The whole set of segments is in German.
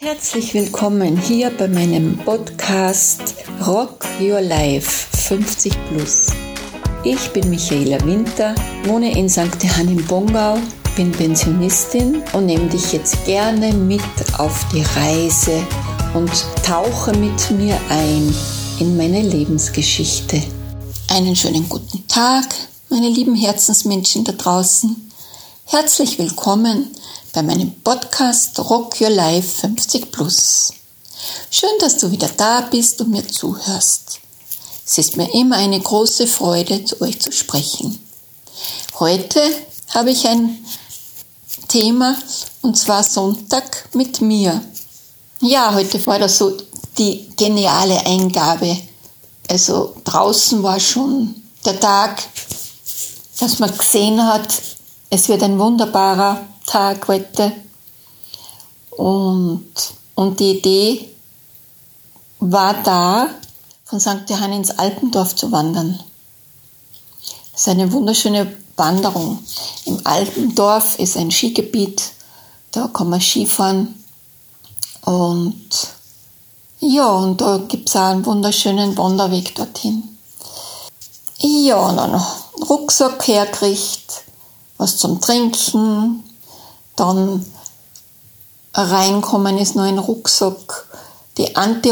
Herzlich willkommen hier bei meinem Podcast Rock Your Life 50 Plus. Ich bin Michaela Winter, wohne in St. Johann im Pongau, bin Pensionistin und nehme dich jetzt gerne mit auf die Reise und tauche mit mir ein in meine Lebensgeschichte. Einen schönen guten Tag, meine lieben Herzensmenschen da draußen. Herzlich willkommen bei meinem Podcast Rock Your Life 50 Plus. Schön, dass du wieder da bist und mir zuhörst. Es ist mir immer eine große Freude, zu euch zu sprechen. Heute habe ich ein Thema, und zwar Sonntag mit mir. Ja, heute war das so die geniale Eingabe. Also draußen war schon der Tag, dass man gesehen hat, es wird ein wunderbarer Tag heute. Und die Idee war da, von St. Johann ins Alpendorf zu wandern. Das ist eine wunderschöne Wanderung. Im Alpendorf ist ein Skigebiet, da kann man Skifahren. Und da gibt es auch einen wunderschönen Wanderweg dorthin. Ja, und dann noch einen Rucksack hergekriegt, was zum Trinken. Dann reinkommen ist noch ein Rucksack, die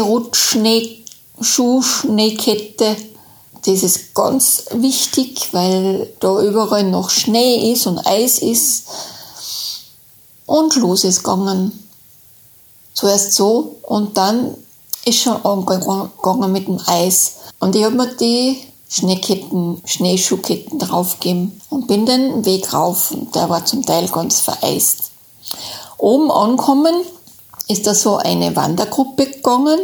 Anti-Rutsch-Schuhschneekette. Das ist ganz wichtig, weil da überall noch Schnee ist und Eis ist. Und los ist gegangen. Zuerst so und dann ist schon angegangen mit dem Eis. Und ich habe mir die Schneeschuhketten draufgegeben und bin den Weg rauf und der war zum Teil ganz vereist. Oben angekommen ist da so eine Wandergruppe gegangen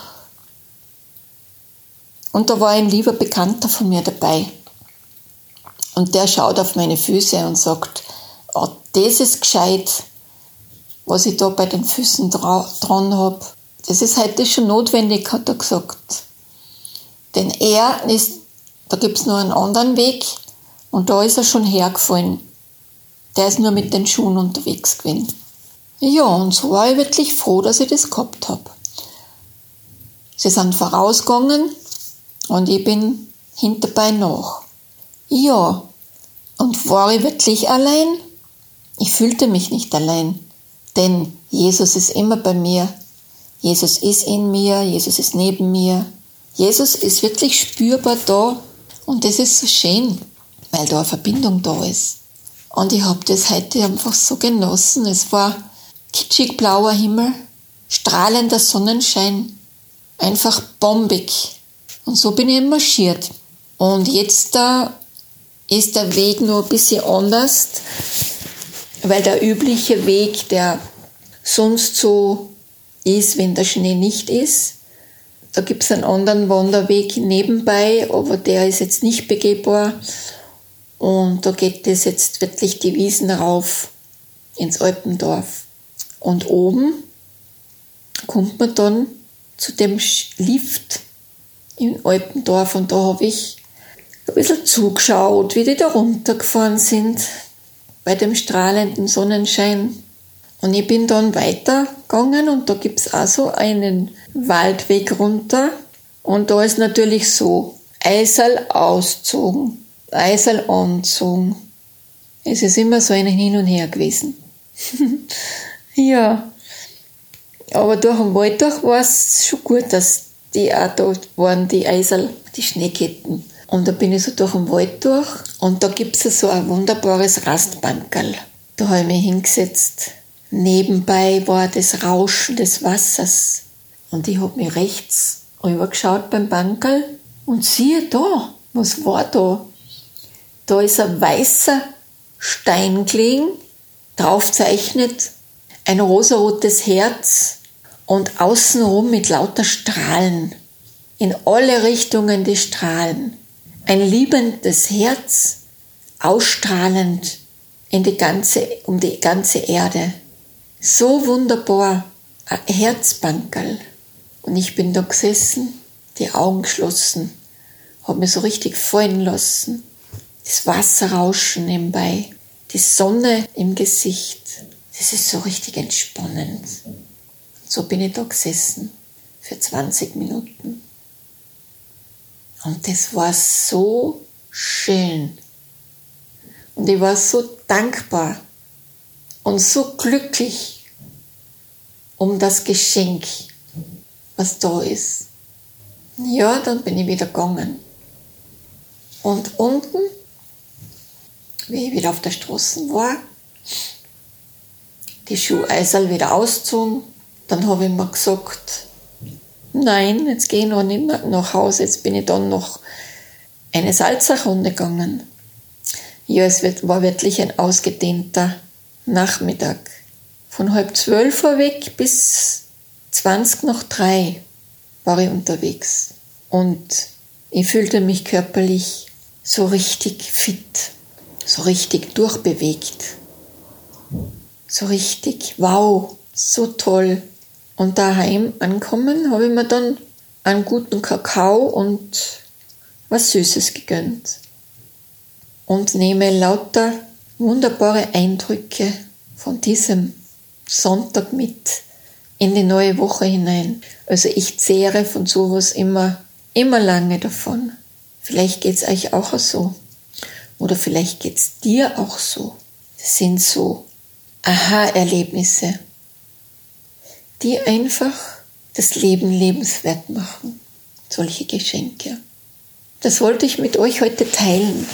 und da war ein lieber Bekannter von mir dabei. Und der schaut auf meine Füße und sagt, oh, das ist gescheit, was ich da bei den Füßen dran habe. Das ist heute schon notwendig, hat er gesagt. Denn da gibt es nur einen anderen Weg und da ist er schon hergefallen. Der ist nur mit den Schuhen unterwegs gewesen. Ja, und so war ich wirklich froh, dass ich das gehabt habe. Sie sind vorausgegangen und ich bin hinterbei nach. Ja, und war ich wirklich allein? Ich fühlte mich nicht allein, denn Jesus ist immer bei mir. Jesus ist in mir, Jesus ist neben mir. Jesus ist wirklich spürbar da und das ist so schön, weil da eine Verbindung da ist. Und ich habe das heute einfach so genossen. Es war kitschig blauer Himmel, strahlender Sonnenschein, einfach bombig. Und so bin ich marschiert. Und jetzt ist der Weg nur ein bisschen anders, weil der übliche Weg, der sonst so ist, wenn der Schnee nicht ist, da gibt es einen anderen Wanderweg nebenbei, aber der ist jetzt nicht begehbar. Und da geht es jetzt wirklich die Wiesen rauf ins Alpendorf. Und oben kommt man dann zu dem Lift im Alpendorf. Und da habe ich ein bisschen zugeschaut, wie die da runtergefahren sind bei dem strahlenden Sonnenschein. Und ich bin dann weitergegangen und da gibt es auch so einen Waldweg runter. Und da ist natürlich so, Eisel auszogen, Eisel anzogen. Es ist immer so ein Hin und Her gewesen. Ja, aber durch den Wald durch war es schon gut, dass die auch da waren, die Eisel, die Schneeketten. Und da bin ich so durch den Wald durch und da gibt es so ein wunderbares Rastbankerl. Da habe ich mich hingesetzt. Nebenbei war das Rauschen des Wassers. Und ich habe mich rechts rübergeschaut beim Bankerl und siehe da, was war da? Da ist ein weißer Stein gelegen, draufzeichnet ein rosarotes Herz und außenrum mit lauter Strahlen. In alle Richtungen die Strahlen. Ein liebendes Herz, ausstrahlend um die ganze Erde. So wunderbar, ein Herzbankerl. Und ich bin da gesessen, die Augen geschlossen, habe mich so richtig fallen lassen. Das Wasserrauschen nebenbei, die Sonne im Gesicht. Das ist so richtig entspannend. So bin ich da gesessen für 20 Minuten. Und das war so schön. Und ich war so dankbar und so glücklich um das Geschenk, was da ist. Ja, dann bin ich wieder gegangen. Und unten, wie ich wieder auf der Straße war, die Schuheisel wieder ausgezogen, dann habe ich mir gesagt, nein, jetzt gehe ich noch nicht nach Hause, jetzt bin ich dann noch eine Salzerrunde gegangen. Ja, war wirklich ein ausgedehnter Nachmittag. Von 11:30 weg bis 2:20 war ich unterwegs. Und ich fühlte mich körperlich so richtig fit, so richtig durchbewegt. So richtig, wow, so toll. Und daheim ankommen habe ich mir dann einen guten Kakao und was Süßes gegönnt. Und nehme lauter wunderbare Eindrücke von diesem Sonntag mit in die neue Woche hinein. Also ich zehre von sowas immer lange davon. Vielleicht geht's euch auch so. Oder vielleicht geht's dir auch so. Das sind so Aha-Erlebnisse, die einfach das Leben lebenswert machen. Solche Geschenke. Das wollte ich mit euch heute teilen.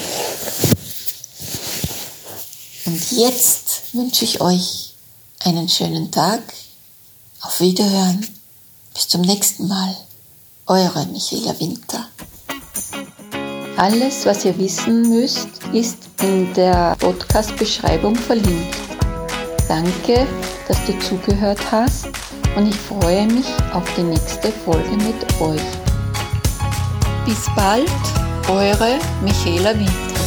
Und jetzt wünsche ich euch einen schönen Tag. Auf Wiederhören. Bis zum nächsten Mal. Eure Michaela Winter. Alles, was ihr wissen müsst, ist in der Podcast-Beschreibung verlinkt. Danke, dass du zugehört hast und ich freue mich auf die nächste Folge mit euch. Bis bald, eure Michaela Winter.